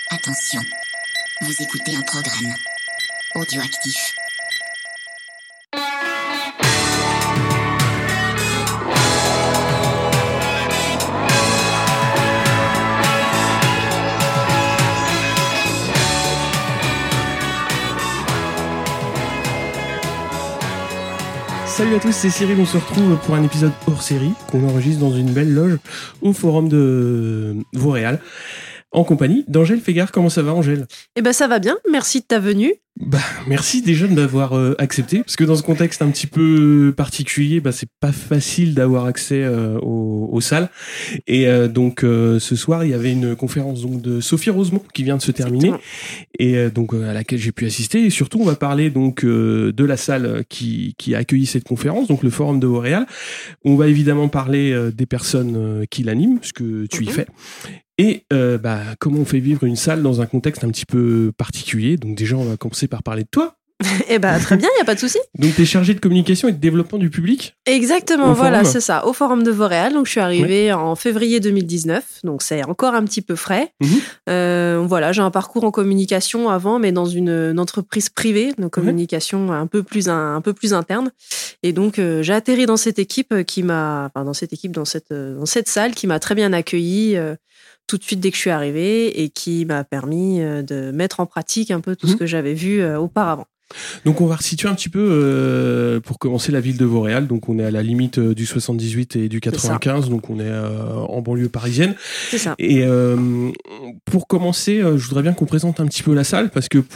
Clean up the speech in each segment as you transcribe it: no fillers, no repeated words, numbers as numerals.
Attention, vous écoutez un programme audioactif. Salut à tous, c'est Cyril, on se retrouve pour un épisode hors série qu'on enregistre dans une belle loge au forum de Vauréal en compagnie d'Angèle Fégard. Comment ça va, Angèle ? Eh ben ça va bien, merci de ta venue. Merci déjà de m'avoir accepté, parce que dans ce contexte un petit peu particulier, c'est pas facile d'avoir accès aux salles. Et donc ce soir, il y avait une conférence donc de Sophie Rosemont qui vient de se terminer, et donc à laquelle j'ai pu assister. Et surtout, on va parler donc de la salle qui a accueilli cette conférence, donc le Forum de Vauréal. On va évidemment parler des personnes qui l'animent, ce que tu y fais. Et comment on fait vivre une salle dans un contexte un petit peu particulier. Donc déjà, on va commencer par parler de toi. Eh ben très bien, il n'y a pas de souci. Donc tu es chargé de communication et de développement du public. Exactement, voilà, c'est ça, au Forum de Vauréal. Donc je suis arrivée en février 2019, donc c'est encore un petit peu frais. Voilà, j'ai un parcours en communication avant, mais dans une entreprise privée de communication un peu plus interne. Et donc j'ai atterri dans cette équipe dans cette salle qui m'a très bien accueillie tout de suite dès que je suis arrivée et qui m'a permis de mettre en pratique un peu tout ce que j'avais vu auparavant. Donc on va resituer un petit peu pour commencer la ville de Vauréal. Donc on est à la limite du 78 et du 95, donc on est en banlieue parisienne. C'est ça. Et pour commencer, je voudrais bien qu'on présente un petit peu la salle, parce que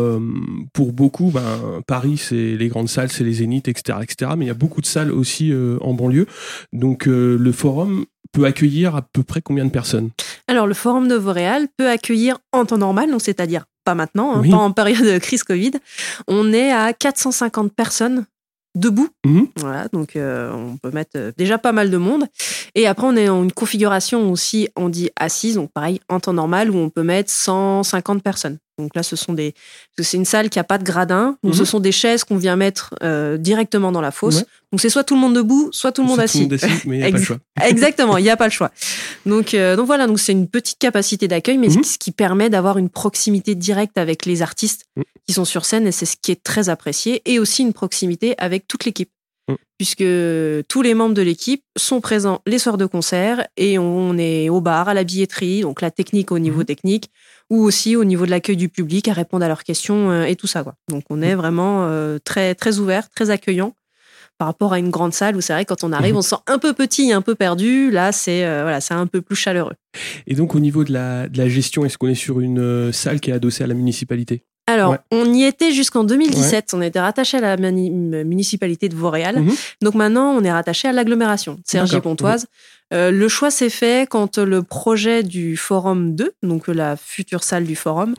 pour beaucoup, Paris c'est les grandes salles, c'est les Zéniths, etc., mais il y a beaucoup de salles aussi en banlieue. Donc le forum peut accueillir à peu près combien de personnes ? Alors le Forum de Vauréal peut accueillir en temps normal, donc c'est-à-dire pas maintenant, pas en période de crise Covid. On est à 450 personnes debout. Voilà, donc on peut mettre déjà pas mal de monde. Et après, on est en une configuration aussi, on dit assise, donc pareil, en temps normal, où on peut mettre 150 personnes. Donc là, c'est une salle qui n'a pas de gradin. Donc ce sont des chaises qu'on vient mettre directement dans la fosse. Donc c'est soit tout le monde debout, soit tout le monde assis. Mais il n'y a pas le choix. Exactement, il n'y a pas le choix. Donc voilà, donc c'est une petite capacité d'accueil, mais ce qui permet d'avoir une proximité directe avec les artistes qui sont sur scène, et c'est ce qui est très apprécié, et aussi une proximité avec toute l'équipe. Puisque tous les membres de l'équipe sont présents les soirs de concert, et on est au bar, à la billetterie, donc la technique au niveau technique, ou aussi au niveau de l'accueil du public, à répondre à leurs questions et tout ça, quoi. Donc on est vraiment très, très ouvert, très accueillant par rapport à une grande salle où c'est vrai, quand on arrive, on se sent un peu petit, un peu perdu. Là, c'est un peu plus chaleureux. Et donc au niveau de la gestion, est-ce qu'on est sur une salle qui est adossée à la municipalité ? Alors, on y était jusqu'en 2017. On était rattaché à la municipalité de Vauréal. Donc maintenant, on est rattaché à l'agglomération Cergy-Pontoise. Le choix s'est fait quand le projet du Forum 2, donc la future salle du Forum,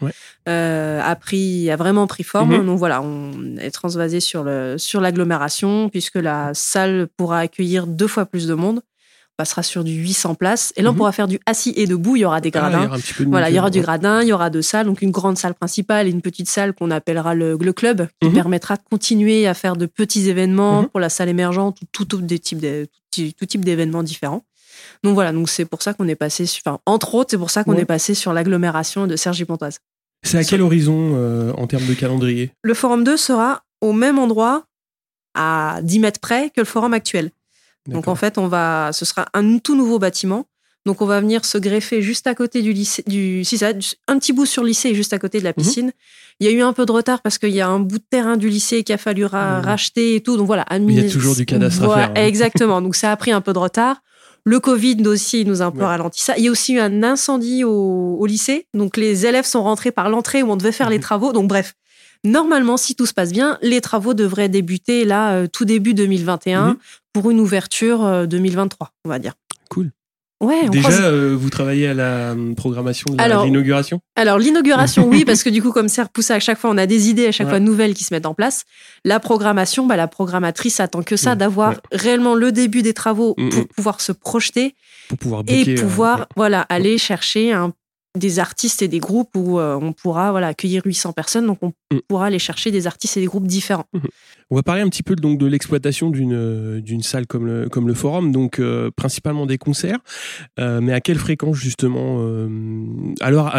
a vraiment pris forme. Donc voilà, on est transvasé sur l'agglomération, puisque la salle pourra accueillir 2 fois plus de monde. On passera sur du 800 places. Et là, on pourra faire du assis et debout. Il y aura des gradins. Il y aura du gradin, il y aura 2 salles. Donc, une grande salle principale et une petite salle qu'on appellera le club, qui permettra de continuer à faire de petits événements pour la salle émergente, ou tout type d'événements différents. Donc, voilà. Donc, c'est pour ça qu'on est passé entre autres, c'est pour ça qu'on est passé sur l'agglomération de Cergy-Pontoise. C'est à quel horizon en termes de calendrier ? Le Forum 2 sera au même endroit, à 10 mètres près, que le Forum actuel. Donc en fait, ce sera un tout nouveau bâtiment. Donc on va venir se greffer juste à côté du lycée, un petit bout sur le lycée, juste à côté de la piscine. Il y a eu un peu de retard parce qu'il y a un bout de terrain du lycée qu'il a fallu racheter et tout. Donc voilà. Il y a toujours du cadastre à faire. Exactement. Donc ça a pris un peu de retard. Le Covid aussi nous a un peu ralenti ça. Il y a aussi eu un incendie au lycée. Donc les élèves sont rentrés par l'entrée où on devait faire les travaux. Donc bref. Normalement, si tout se passe bien, les travaux devraient débuter là, tout début 2021, pour une ouverture 2023, on va dire. Cool. Ouais, déjà, vous travaillez à la programmation de l'inauguration ? Alors, l'inauguration, oui, parce que du coup, comme c'est repoussé à chaque fois, on a des idées à chaque fois nouvelles qui se mettent en place. La programmation, la programmatrice attend que ça, d'avoir réellement le début des travaux pour pouvoir se projeter pour pouvoir booker, et pouvoir aller chercher des artistes et des groupes où on pourra accueillir 800 personnes, donc on pourra aller chercher des artistes et des groupes différents. On va parler un petit peu donc de l'exploitation d'une salle comme le Forum, donc principalement des concerts, mais à quelle fréquence justement ?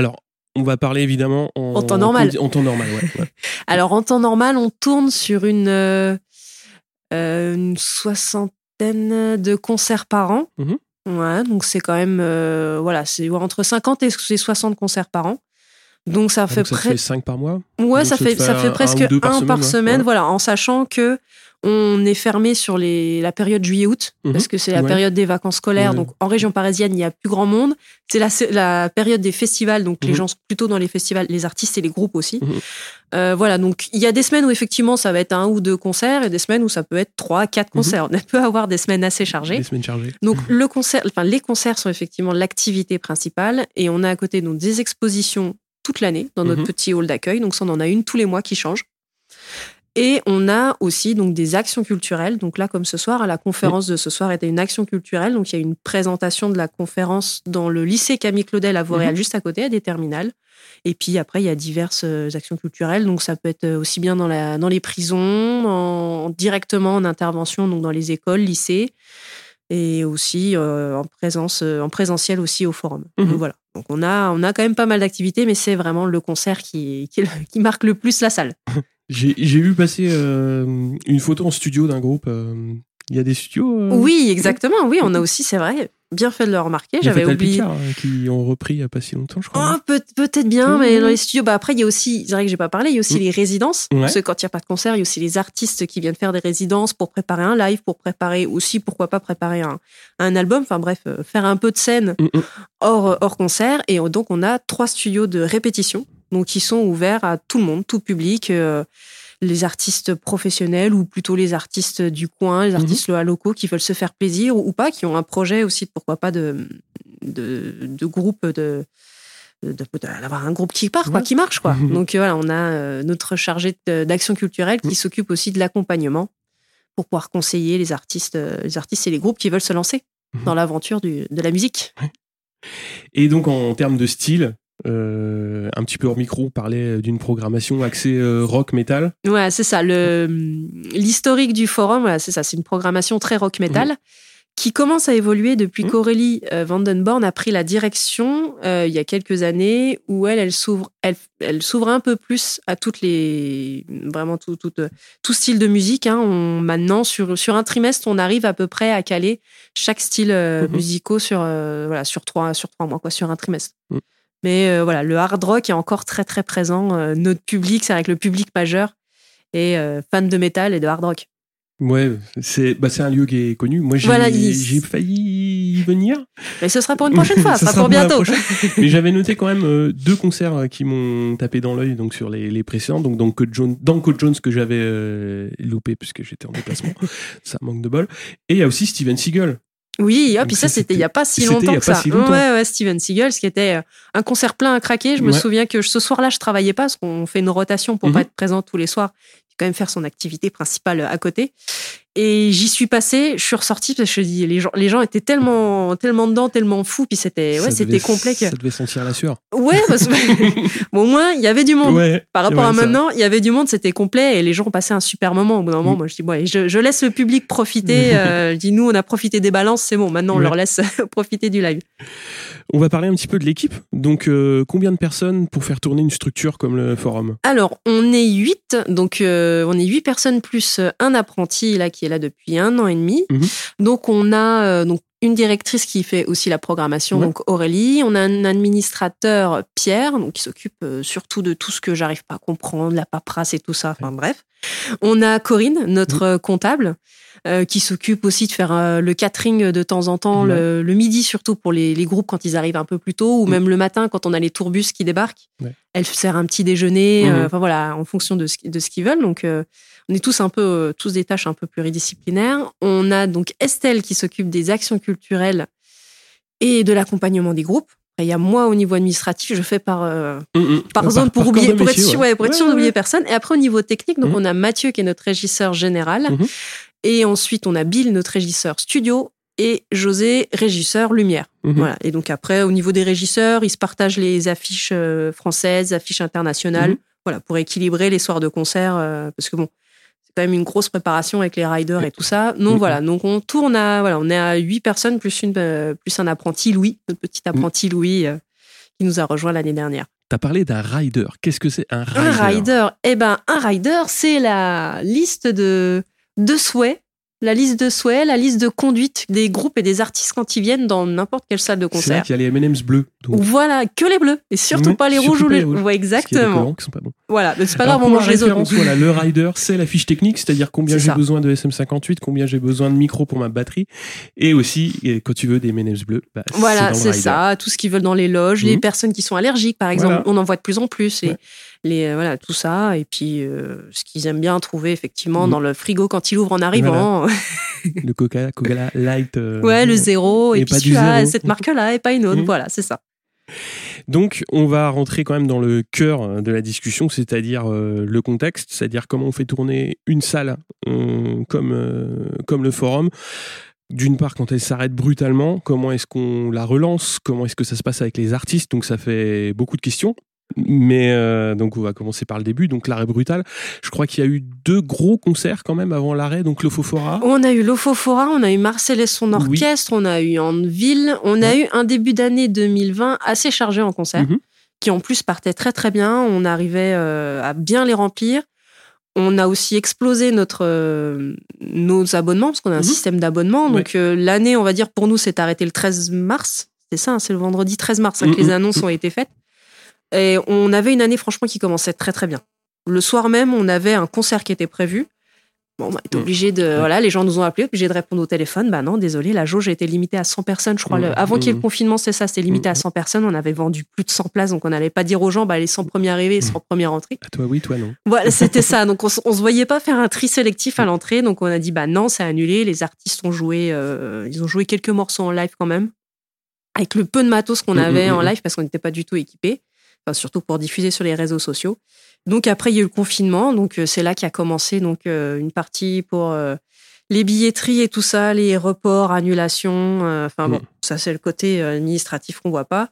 Alors on va parler évidemment en temps normal. En temps normal, ouais. Alors, en temps normal, on tourne sur une soixantaine de concerts par an. Ouais, donc c'est quand même, c'est entre 50 et 60 concerts par an. Donc ça fait fait 5 par mois. Ouais, ça fait presque un par semaine, voilà, en sachant que on est fermé sur la période juillet-août, parce que c'est la période des vacances scolaires. Donc en région parisienne, il n'y a plus grand monde. C'est la période des festivals, donc les gens sont plutôt dans les festivals, les artistes et les groupes aussi. Voilà, donc il y a des semaines où effectivement ça va être 1 ou 2 concerts et des semaines où ça peut être 3, 4 concerts. On peut avoir des semaines assez chargées. Des semaines chargées. Donc les concerts sont effectivement l'activité principale et on a à côté donc des expositions toute l'année dans notre petit hall d'accueil. Donc ça, on en a une tous les mois qui change. Et on a aussi donc des actions culturelles. Donc là, comme ce soir, la conférence de ce soir était une action culturelle. Donc il y a une présentation de la conférence dans le lycée Camille Claudel à Vauréal, juste à côté, à des terminales. Et puis après, il y a diverses actions culturelles. Donc ça peut être aussi bien dans les prisons, directement en intervention, donc dans les écoles, lycées, et aussi en présentiel aussi au forum. Donc voilà. Donc on a quand même pas mal d'activités, mais c'est vraiment le concert qui marque le plus la salle. J'ai vu passer une photo en studio d'un groupe. Il y a des studios Oui, exactement. Oui, on a aussi, c'est vrai, bien fait de le remarquer. J'avais oublié. Picard, qui ont repris il n'y a pas si longtemps, je crois. Peut-être bien, mais dans les studios, après, il y a aussi, c'est vrai que j'ai pas parlé, il y a aussi les résidences. Parce que quand il n'y a pas de concert, il y a aussi les artistes qui viennent faire des résidences pour préparer un live, pour préparer aussi, pourquoi pas préparer un album. Enfin bref, faire un peu de scène hors concert. Et donc, on a 3 studios de répétition, donc qui sont ouverts à tout le monde, tout public. Les artistes professionnels ou plutôt les artistes du coin, les artistes locaux qui veulent se faire plaisir ou pas, qui ont un projet aussi, pourquoi pas de groupe, d'avoir un groupe qui part, qui marche, quoi. Donc voilà, on a notre chargé d'action culturelle qui s'occupe aussi de l'accompagnement pour pouvoir conseiller les artistes et les groupes qui veulent se lancer dans l'aventure de la musique. Et donc en termes de style, un petit peu hors micro, on parlait d'une programmation axée rock metal. Ouais, c'est ça. L'historique du forum, voilà, c'est ça. C'est une programmation très rock metal qui commence à évoluer depuis qu'Aurélie Vandenborn a pris la direction il y a quelques années, où elle s'ouvre un peu plus à toutes les vraiment tout style de musique. Maintenant sur un trimestre, on arrive à peu près à caler chaque style musicaux sur 3 mois, quoi, sur un trimestre. Mais voilà, le hard rock est encore très très présent. Notre public, c'est avec le public majeur et fan de métal et de hard rock. Ouais, c'est un lieu qui est connu. Moi, j'ai failli y venir. Mais ce sera pour une prochaine fois, ça sera pour bientôt. Mais j'avais noté quand même 2 concerts qui m'ont tapé dans l'œil, donc sur les précédents. Donc dans Code Jones que j'avais loupé puisque j'étais en déplacement, ça manque de bol. Et il y a aussi Steven Seagal. Oui, puis ça, c'était il n'y a pas si longtemps que ça. Ouais, Steven Seagal, ce qui était un concert plein à craquer. Je me souviens que ce soir-là, je travaillais pas parce qu'on fait une rotation pour pas être présent tous les soirs. Il faut quand même faire son activité principale à côté. Et j'y suis passée, je suis ressortie parce que je dis, les gens étaient tellement dedans, tellement fous, puis c'était complet. Ça devait sentir la sueur. Ouais, parce que bon, au moins, il y avait du monde. Par rapport à maintenant, il y avait du monde, c'était complet et les gens ont passé un super moment. Au bout d'un moment, moi, je dis, je laisse le public profiter. Je dis, nous, on a profité des balances, c'est bon. Maintenant, on leur laisse profiter du live. On va parler un petit peu de l'équipe. Donc, combien de personnes pour faire tourner une structure comme le forum ? Alors, on est 8. Donc, on est 8 personnes plus un apprenti là qui est là depuis 1 an et demi. Donc, on a une directrice qui fait aussi la programmation, donc Aurélie. On a un administrateur, Pierre, donc qui s'occupe surtout de tout ce que j'arrive pas à comprendre, la paperasse et tout ça. Enfin bref. On a Corinne, notre comptable, qui s'occupe aussi de faire le catering de temps en temps, le midi surtout pour les groupes quand ils arrivent un peu plus tôt, ou même le matin quand on a les tourbus qui débarquent. Elle sert un petit déjeuner, voilà, en fonction de ce qu'ils veulent. Donc on est tous des tâches un peu pluridisciplinaires. On a donc Estelle qui s'occupe des actions culturelles et de l'accompagnement des groupes. Il y a moi au niveau administratif, je fais par zone pour être sûr d'oublier personne. Et après au niveau technique, donc on a Mathieu qui est notre régisseur général. Et ensuite on a Bill, notre régisseur studio, et José, régisseur lumière. Voilà. Et donc après au niveau des régisseurs, ils se partagent les affiches françaises, affiches internationales, voilà, pour équilibrer les soirs de concert, parce que bon, c'est quand même une grosse préparation avec les riders et tout ça. Donc voilà, donc on tourne on est à 8 personnes plus un apprenti, Louis, notre petit apprenti Louis, qui nous a rejoint l'année dernière. T'as parlé d'un rider. Qu'est-ce que c'est un rider? Un rider. Un rider, c'est la liste de souhaits. La liste de souhaits, la liste de conduite des groupes et des artistes quand ils viennent dans n'importe quelle salle de concert. C'est là qu'il y a les M&M's bleus. Donc. Voilà, que les bleus. Et surtout pas les rouges ou les rouges. Ouais, exactement. Parce qu'il y a des colorants qui sont pas bons. Voilà, mais c'est pas grave, on mange les autres. Voilà, le rider, c'est la fiche technique, c'est-à-dire combien j'ai besoin de SM58, combien j'ai besoin de micro pour ma batterie. Et aussi, quand tu veux des M&M's bleus, voilà, c'est ça. Tout ce qu'ils veulent dans les loges, les personnes qui sont allergiques, par exemple, on en voit de plus en plus. Et voilà, tout ça. Et puis, ce qu'ils aiment bien trouver, effectivement, dans le frigo quand ils l'ouvrent en arrivant. Voilà. Le Coca-Cola Light. Le zéro. Et puis celui-là, cette marque-là, et pas une autre. Voilà, c'est ça. Donc, on va rentrer quand même dans le cœur de la discussion, c'est-à-dire le contexte, c'est-à-dire comment on fait tourner une salle comme le Forum. D'une part, quand elle s'arrête brutalement, comment est-ce qu'on la relance? Comment est-ce que ça se passe avec les artistes? Donc, ça fait beaucoup de questions. Mais donc on va commencer par le début, donc l'arrêt brutal. Je crois qu'il y a eu 2 gros concerts quand même avant l'arrêt, donc l'Ofofora. On a eu l'Ofofora, on a eu Marcel et son orchestre, on a eu Anneville, on a eu un début d'année 2020 assez chargé en concert, qui en plus partait très très bien, on arrivait à bien les remplir. On a aussi explosé nos abonnements, parce qu'on a un système d'abonnement, donc l'année, on va dire, pour nous, s'est arrêtée le 13 mars, c'est ça, c'est le vendredi 13 mars que les annonces ont été faites. Et on avait une année, franchement, qui commençait très, très bien. Le soir même, on avait un concert qui était prévu. Bon, on était obligé de... Voilà, les gens nous ont appelés, obligés de répondre au téléphone. Bah non, désolé, la jauge a été limitée à 100 personnes, je crois. Avant qu'il y ait le confinement, c'est ça, c'était limité à 100 personnes. On avait vendu plus de 100 places, donc on n'allait pas dire aux gens, les 100 premiers arrivés et 100 premiers entrées. Toi, oui, toi, non. Voilà, c'était ça. Donc, on se voyait pas faire un tri sélectif à l'entrée. Donc, on a dit, non, c'est annulé. Les artistes ont joué, ils ont joué quelques morceaux en live quand même. Avec le peu de matos qu'on avait en live, parce qu'on n'était pas du tout équipés. Enfin, surtout pour diffuser sur les réseaux sociaux. Donc après, il y a eu le confinement. Donc c'est là qu'a commencé une partie pour les billetteries et tout ça, les reports, annulations. Ça c'est le côté administratif qu'on voit pas.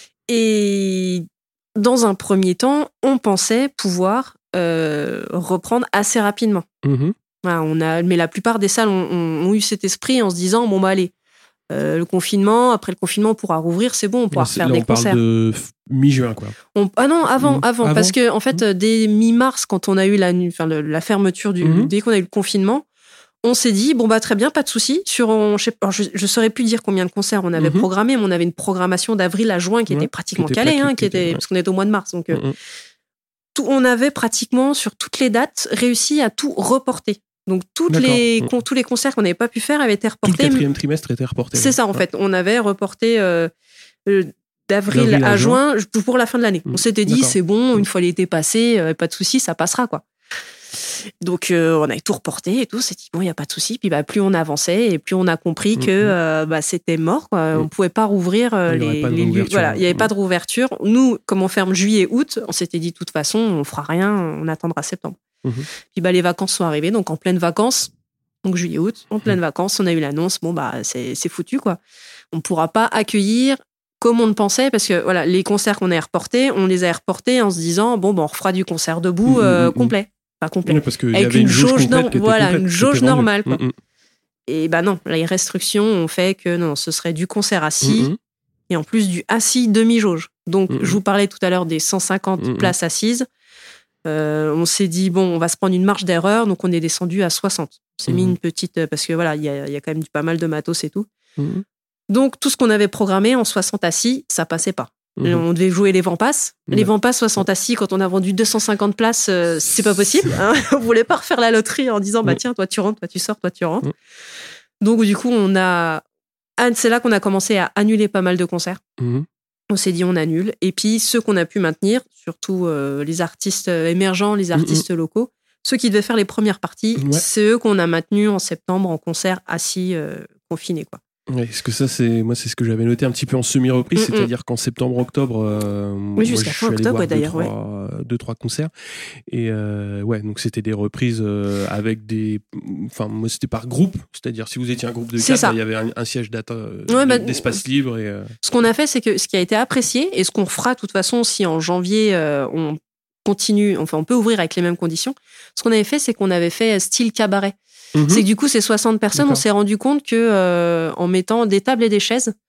Et dans un premier temps, on pensait pouvoir reprendre assez rapidement. Voilà, mais la plupart des salles ont eu cet esprit en se disant allez. Le confinement, après le confinement, on pourra rouvrir, c'est bon, on pourra faire des concerts. On parle de mi-juin, quoi. Avant, parce que en fait, dès mi-mars, quand on a eu la fermeture dès qu'on a eu le confinement, on s'est dit très bien, pas de souci. Je saurais plus dire combien de concerts on avait programmé, mais on avait une programmation d'avril à juin qui était pratiquement calée, parce qu'on était au mois de mars, donc on avait pratiquement sur toutes les dates réussi à tout reporter. Donc tous les concerts qu'on n'avait pas pu faire avaient été reportés. Tout le 4e trimestre était reporté. C'est ça en fait. On avait reporté d'avril à juin pour la fin de l'année. On s'était dit c'est bon, une fois l'été passé, pas de souci, ça passera quoi. Donc on avait tout reporté et tout. On s'est dit il y a pas de souci. Puis plus on avançait et plus on a compris que c'était mort. Quoi. On pouvait pas rouvrir les lieux. Voilà, il y avait pas de rouverture. Nous, comme on ferme juillet-août, on s'était dit de toute façon on fera rien, on attendra septembre. Puis les vacances sont arrivées, donc en pleine vacances, donc juillet-août, en pleine vacances, on a eu l'annonce, c'est foutu quoi. On pourra pas accueillir comme on le pensait, parce que voilà, les concerts qu'on a reportés, on les a reportés en se disant on refera du concert debout complet, pas complet, parce qu'il y avait une jauge complète, une jauge normale quoi. Et non, les restrictions ont fait que non, ce serait du concert assis et en plus du assis demi-jauge. Donc je vous parlais tout à l'heure des 150 places assises. On s'est dit on va se prendre une marge d'erreur, donc on est descendu à 60. On s'est mis une petite, parce que voilà, il y a quand même pas mal de matos et tout. Donc tout ce qu'on avait programmé en 60 assis, ça passait pas. On devait jouer les Vents-Pass. Les Vents-Pass 60 assis, quand on a vendu 250 places, c'est pas possible. Hein. On voulait pas refaire la loterie en disant tiens, toi tu rentres, toi tu sors, toi tu rentres. Donc du coup c'est là qu'on a commencé à annuler pas mal de concerts. On s'est dit on annule. Et puis ceux qu'on a pu maintenir, surtout les artistes émergents, les artistes locaux, ceux qui devaient faire les premières parties, c'est eux qu'on a maintenus en septembre en concert assis confinés quoi. Ouais, est-ce que ça c'est ce que j'avais noté un petit peu en semi-reprise, c'est-à-dire qu'en septembre-octobre, jusqu'à fin octobre d'ailleurs, 2-3 concerts et donc c'était des reprises avec moi c'était par groupe, c'est-à-dire si vous étiez un groupe de 4, il y avait un siège d'espace libre et ce qu'on a fait, c'est que ce qui a été apprécié et ce qu'on fera de toute façon si en janvier on continue, on peut ouvrir avec les mêmes conditions. Ce qu'on avait fait, c'est qu'on avait fait style cabaret. C'est que du coup, ces 60 personnes, on s'est rendu compte que en mettant des tables et des chaises,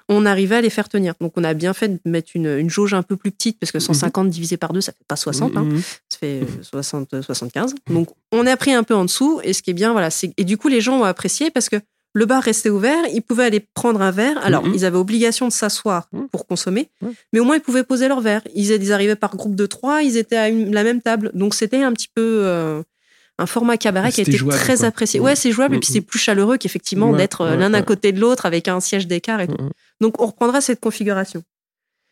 on arrivait à les faire tenir. Donc, on a bien fait de mettre une jauge un peu plus petite, parce que 150 divisé par 2, ça fait pas 60, ça fait 60, 75. Donc, on a pris un peu en dessous, et ce qui est bien, voilà, et du coup, les gens ont apprécié, parce que le bar restait ouvert, ils pouvaient aller prendre un verre. Alors, ils avaient obligation de s'asseoir pour consommer, mais au moins, ils pouvaient poser leur verre. Ils arrivaient par groupe de 3, ils étaient à la même table. Donc, c'était un petit peu un format cabaret qui a été très apprécié. Ouais, c'est jouable, et puis c'est plus chaleureux qu'effectivement d'être l'un à côté de l'autre avec un siège d'écart et tout. Donc, on reprendra cette configuration. Quand ?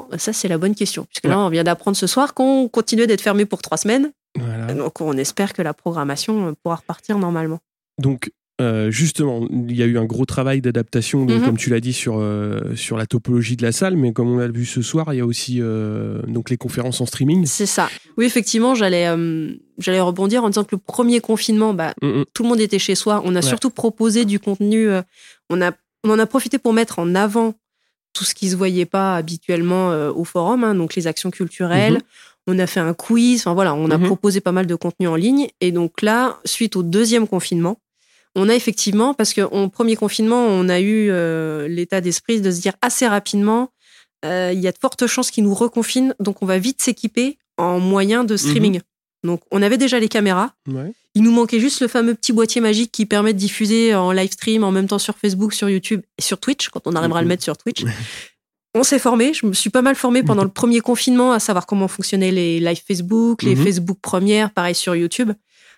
Ça, c'est la bonne question. Puisque là, on vient d'apprendre ce soir qu'on continuait d'être fermé pour 3 semaines. Voilà. Donc, on espère que la programmation pourra repartir normalement. Donc, justement, il y a eu un gros travail d'adaptation, donc, comme tu l'as dit, sur la topologie de la salle, mais comme on l'a vu ce soir, il y a aussi donc les conférences en streaming. C'est ça. Oui, effectivement, j'allais rebondir en disant que le premier confinement, tout le monde était chez soi. On a surtout proposé du contenu. On en a profité pour mettre en avant tout ce qui se voyait pas habituellement au forum, donc les actions culturelles. On a fait un quiz. Enfin voilà, on a proposé pas mal de contenu en ligne. Et donc là, suite au deuxième confinement, on a effectivement, parce qu'au premier confinement, on a eu l'état d'esprit de se dire assez rapidement, il y a de fortes chances qu'ils nous reconfinent, donc on va vite s'équiper en moyens de streaming. Donc on avait déjà les caméras, il nous manquait juste le fameux petit boîtier magique qui permet de diffuser en live stream en même temps sur Facebook, sur YouTube et sur Twitch, quand on arrivera à le mettre sur Twitch. On s'est formé, je me suis pas mal formée pendant le premier confinement à savoir comment fonctionnaient les live Facebook, les Facebook premières, pareil sur YouTube.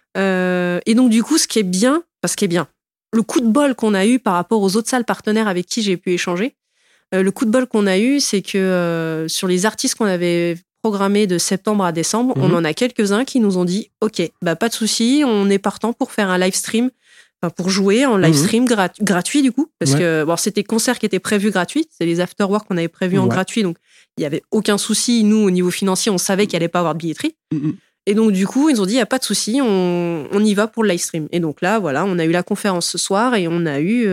Et donc du coup, ce qui est bien, le coup de bol qu'on a eu par rapport aux autres salles partenaires avec qui j'ai pu échanger, le coup de bol qu'on a eu, c'est que sur les artistes qu'on avait programmés de septembre à décembre, on en a quelques-uns qui nous ont dit « Ok, pas de souci, on est partant pour faire un live stream, pour jouer en live stream gratuit du coup, parce que c'était concert qui était prévu gratuit, c'est les afterwork qu'on avait prévu en gratuit, donc il n'y avait aucun souci. Nous, au niveau financier, on savait qu'il n'y allait pas avoir de billetterie. Et donc, du coup, ils nous ont dit, il n'y a pas de souci, on y va pour le live stream. Et donc là, voilà, on a eu la conférence ce soir et on a eu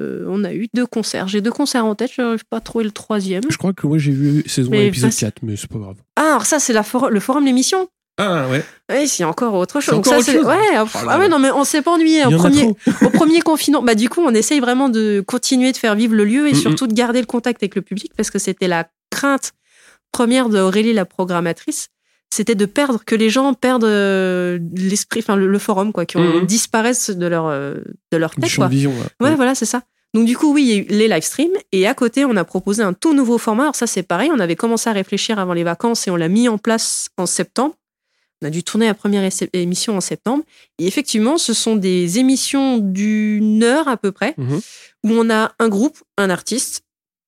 2 concerts. J'ai 2 concerts en tête, je n'arrive pas à trouver le 3e. Je crois que moi, j'ai vu saison épisode 4, mais c'est pas grave. Ah, alors ça, c'est le forum l'émission. Ah, ouais. Oui, c'est encore autre chose. C'est encore autre chose. Ouais, non, mais on s'est pas ennuyé. Au premier confinement, du coup, on essaye vraiment de continuer de faire vivre le lieu et surtout de garder le contact avec le public parce que c'était la crainte première d'Aurélie, la programmatrice. C'était que les gens perdent l'esprit, le forum, quoi, qu'ils disparaissent de leur tête, quoi. Vision, ouais, voilà, c'est ça. Donc, du coup, oui, il y a eu les live streams. Et à côté, on a proposé un tout nouveau format. Alors, ça, c'est pareil. On avait commencé à réfléchir avant les vacances et on l'a mis en place en septembre. On a dû tourner la première émission en septembre. Et effectivement, ce sont des émissions d'1 heure à peu près, où on a un groupe, un artiste,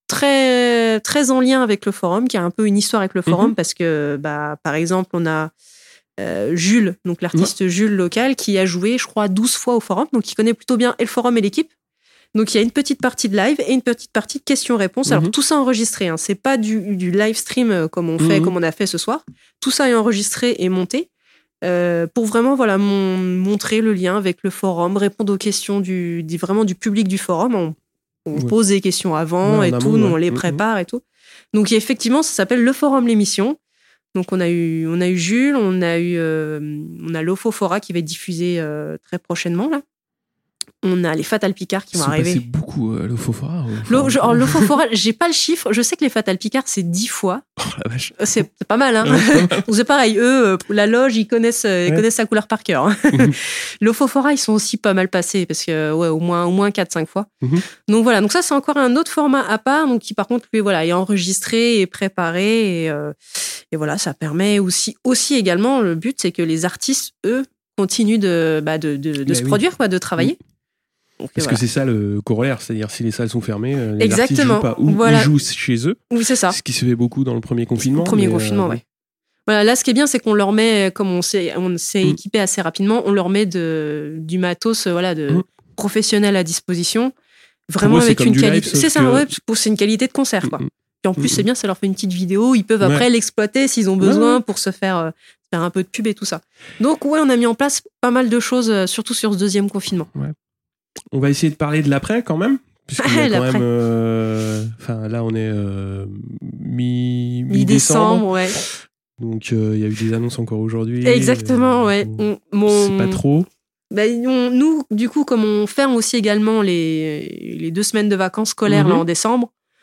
très, très en lien avec le forum, qui a un peu une histoire avec le forum, parce que, par exemple, on a Jules, donc l'artiste Jules local, qui a joué, je crois, 12 fois au forum, donc il connaît plutôt bien et le forum et l'équipe. Donc il y a une petite partie de live et une petite partie de questions-réponses. Alors tout ça enregistré, c'est pas du live stream comme on a fait ce soir. Tout ça est enregistré et monté pour vraiment montrer le lien avec le forum, répondre aux questions vraiment du public du forum. On pose des questions avant et tout, nous on les prépare et tout. Donc effectivement, ça s'appelle le forum l'émission. Donc on a eu Jules, on a l'Ofofora qui va être diffusé très prochainement là. On a les Fatal Picard qui vont arriver. C'est beaucoup l'Ofofora. L'Ofofora, j'ai pas le chiffre. Je sais que les Fatal Picard, c'est 10 fois. Oh la vache. C'est pas mal, hein. C'est pareil. Eux, la loge, ils connaissent sa couleur par cœur. L'Ofofora, ils sont aussi pas mal passés parce que, au moins 4-5 fois. Donc voilà. Donc ça, c'est encore un autre format à part. Donc qui, par contre, lui, est enregistré et préparé. Et voilà, ça permet aussi également, le but, c'est que les artistes, eux, continuent de se produire, de travailler. Donc, parce que c'est ça le corollaire, c'est-à-dire si les salles sont fermées, les artistes jouent pas ou ils jouent chez eux. Oui, c'est ça. Ce qui se fait beaucoup dans le premier confinement. Ouais. Voilà, là, ce qui est bien, c'est qu'on leur met, comme on s'est équipé assez rapidement, on leur met du matos, de professionnel à disposition, vraiment avec une qualité. C'est ça, c'est une qualité de concert, quoi. Et en plus, c'est bien, ça leur fait une petite vidéo, ils peuvent après l'exploiter s'ils ont besoin pour se faire un peu de pub et tout ça. Donc, on a mis en place pas mal de choses, surtout sur ce deuxième confinement. Ouais. On va essayer de parler de l'après quand même, puisqu'il y a quand même. Là, on est mi-décembre. Ouais. Donc, il y a eu des annonces encore aujourd'hui. Exactement, ouais. C'est pas trop. Nous, du coup, comme on ferme aussi également les 2 semaines de vacances scolaires là, en décembre,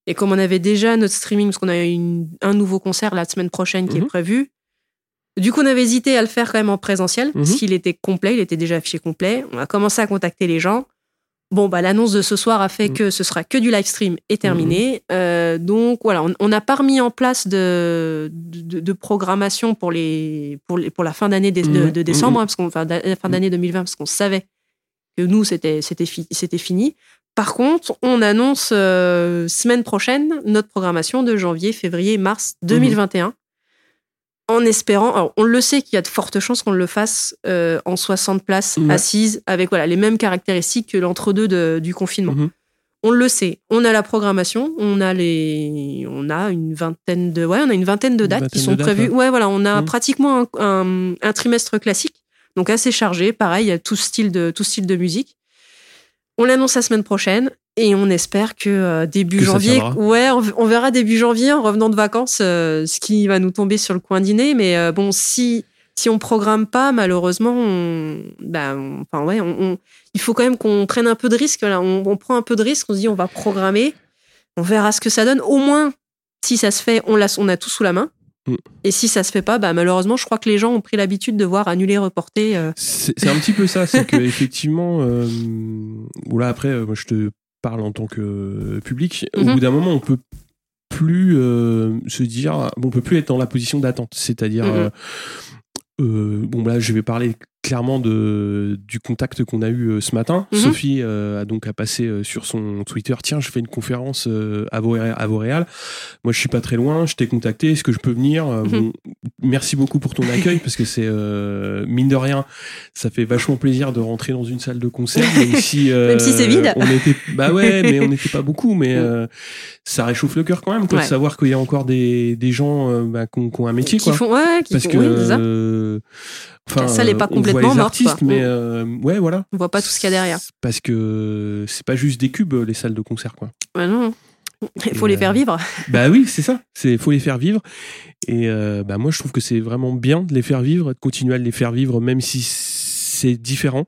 Et comme on avait déjà notre streaming, parce qu'on a un nouveau concert la semaine prochaine qui est prévu, du coup, on avait hésité à le faire quand même en présentiel, parce qu'il était complet, il était déjà affiché complet. On a commencé à contacter les gens. Bon, l'annonce de ce soir a fait que ce sera que du live stream et terminé. Donc, voilà, on n'a pas remis en place de programmation pour la fin d'année de décembre, la fin d'année 2020, parce qu'on savait que nous, c'était fini. Par contre, on annonce semaine prochaine notre programmation de janvier, février, mars 2021. En espérant, alors on le sait qu'il y a de fortes chances qu'on le fasse en 60 places assises, avec les mêmes caractéristiques que l'entre-deux du confinement. On le sait, on a la programmation, on a une vingtaine de dates qui sont prévues. On a pratiquement un trimestre classique, donc assez chargé. Pareil, il y a tout style de musique. On l'annonce la semaine prochaine et on espère que début janvier, on verra début janvier en revenant de vacances ce qui va nous tomber sur le coin dîner. Mais si on programme pas, malheureusement, il faut quand même qu'on prenne un peu de risque. Là, on prend un peu de risque. On se dit on va programmer, on verra ce que ça donne. Au moins, si ça se fait, on a tout sous la main. Et si ça se fait pas, malheureusement, je crois que les gens ont pris l'habitude de voir annuler, reporter. C'est un petit peu ça, c'est que effectivement, après, moi je te parle en tant que public. Au bout d'un moment, on peut plus se dire, on peut plus être dans la position d'attente. C'est-à-dire, je vais parler clairement du contact qu'on a eu ce matin. Sophie a passé sur son Twitter, tiens, je fais une conférence à Vauréal. Moi, je suis pas très loin, je t'ai contacté, est-ce que je peux venir? Merci beaucoup pour ton accueil, parce que c'est mine de rien, ça fait vachement plaisir de rentrer dans une salle de concert, même si c'est vide. Mais on n'était pas beaucoup, mais ça réchauffe le cœur quand même, de savoir qu'il y a encore des gens qui ont un métier, qui font, parce que la salle n'est pas complètement morte. Artistes, mais voilà. On voit pas tout ce qu'il y a derrière. Parce que c'est pas juste des cubes, les salles de concert, quoi. Non. Il faut les faire vivre. Oui, c'est ça. Faut les faire vivre. Et moi, je trouve que c'est vraiment bien de les faire vivre, de continuer à les faire vivre, même si c'est différent.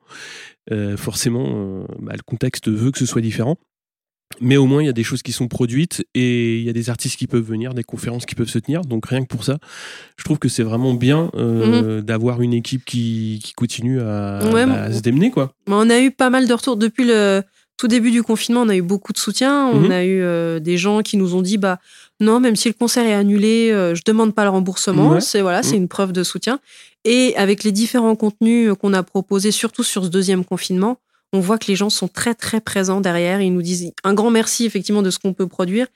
Forcément, le contexte veut que ce soit différent. Mais au moins, il y a des choses qui sont produites et il y a des artistes qui peuvent venir, des conférences qui peuvent se tenir. Donc, rien que pour ça, je trouve que c'est vraiment bien d'avoir une équipe qui continue à se démener, quoi. On a eu pas mal de retours. Depuis le tout début du confinement, on a eu beaucoup de soutien. On a eu des gens qui nous ont dit non, même si le concert est annulé, je demande pas le remboursement. C'est une preuve de soutien. Et avec les différents contenus qu'on a proposés, surtout sur ce deuxième confinement, on voit que les gens sont très, très présents derrière. Ils nous disent un grand merci, effectivement, de ce qu'on peut produire.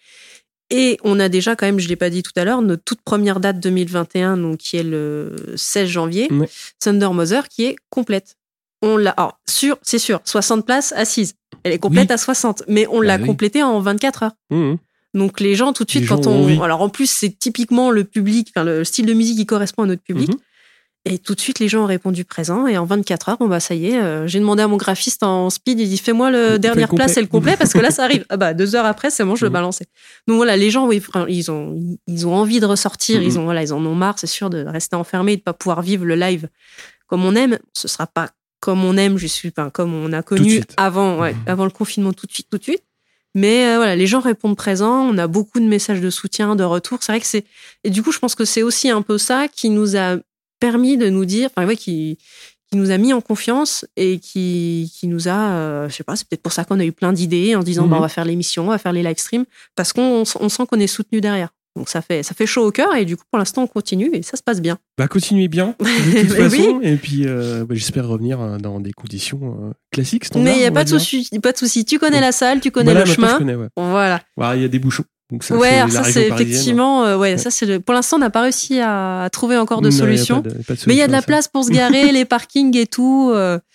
Et on a déjà, quand même, je ne l'ai pas dit tout à l'heure, notre toute première date 2021, donc, qui est le 16 janvier, Thunder Mother, qui est complète. On l'a, c'est sûr, 60 places assises. Elle est complète à 60, mais on l'a complétée en 24 heures. Donc, les gens, tout de suite, alors, en plus, c'est typiquement le public, le style de musique qui correspond à notre public. Et tout de suite, les gens ont répondu présent. Et en 24 heures, ça y est, j'ai demandé à mon graphiste en speed, il dit fais-moi le dernière place et le complet, parce que là, ça arrive. 2 heures après, c'est bon, je le balançais. Donc voilà, les gens, ils ont envie de ressortir, ils en ont marre, c'est sûr, de rester enfermés et de ne pas pouvoir vivre le live comme on aime. Ce ne sera pas comme on aime, comme on a connu avant le confinement, tout de suite. Mais les gens répondent présents. On a beaucoup de messages de soutien, de retour. C'est vrai que et du coup, je pense que c'est aussi un peu ça qui nous a permis de nous dire, qui nous a mis en confiance et qui nous a, je sais pas, c'est peut-être pour ça qu'on a eu plein d'idées en se disant, on va faire l'émission, on va faire les live streams, parce qu'on sent qu'on est soutenu derrière. Donc ça fait chaud au cœur et du coup, pour l'instant, on continue et ça se passe bien. Continuez bien, de toute façon. Et puis, j'espère revenir dans des conditions classiques, standards. Mais il n'y a pas de souci. Tu connais la salle, tu connais le chemin. Je connais, Voilà. Il y a des bouchons. Donc ça, ça c'est effectivement, ça c'est pour l'instant on n'a pas réussi à trouver encore de solutions. Mais il y a de la place pour se garer, les parkings et tout.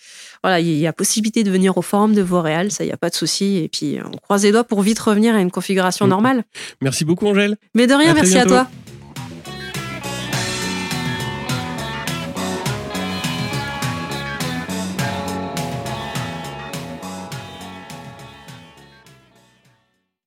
Il y a possibilité de venir au forum de Vauréal, ça il y a pas de souci. Et puis on croise les doigts pour vite revenir à une configuration normale. Merci beaucoup Angèle. Mais de rien, merci à toi.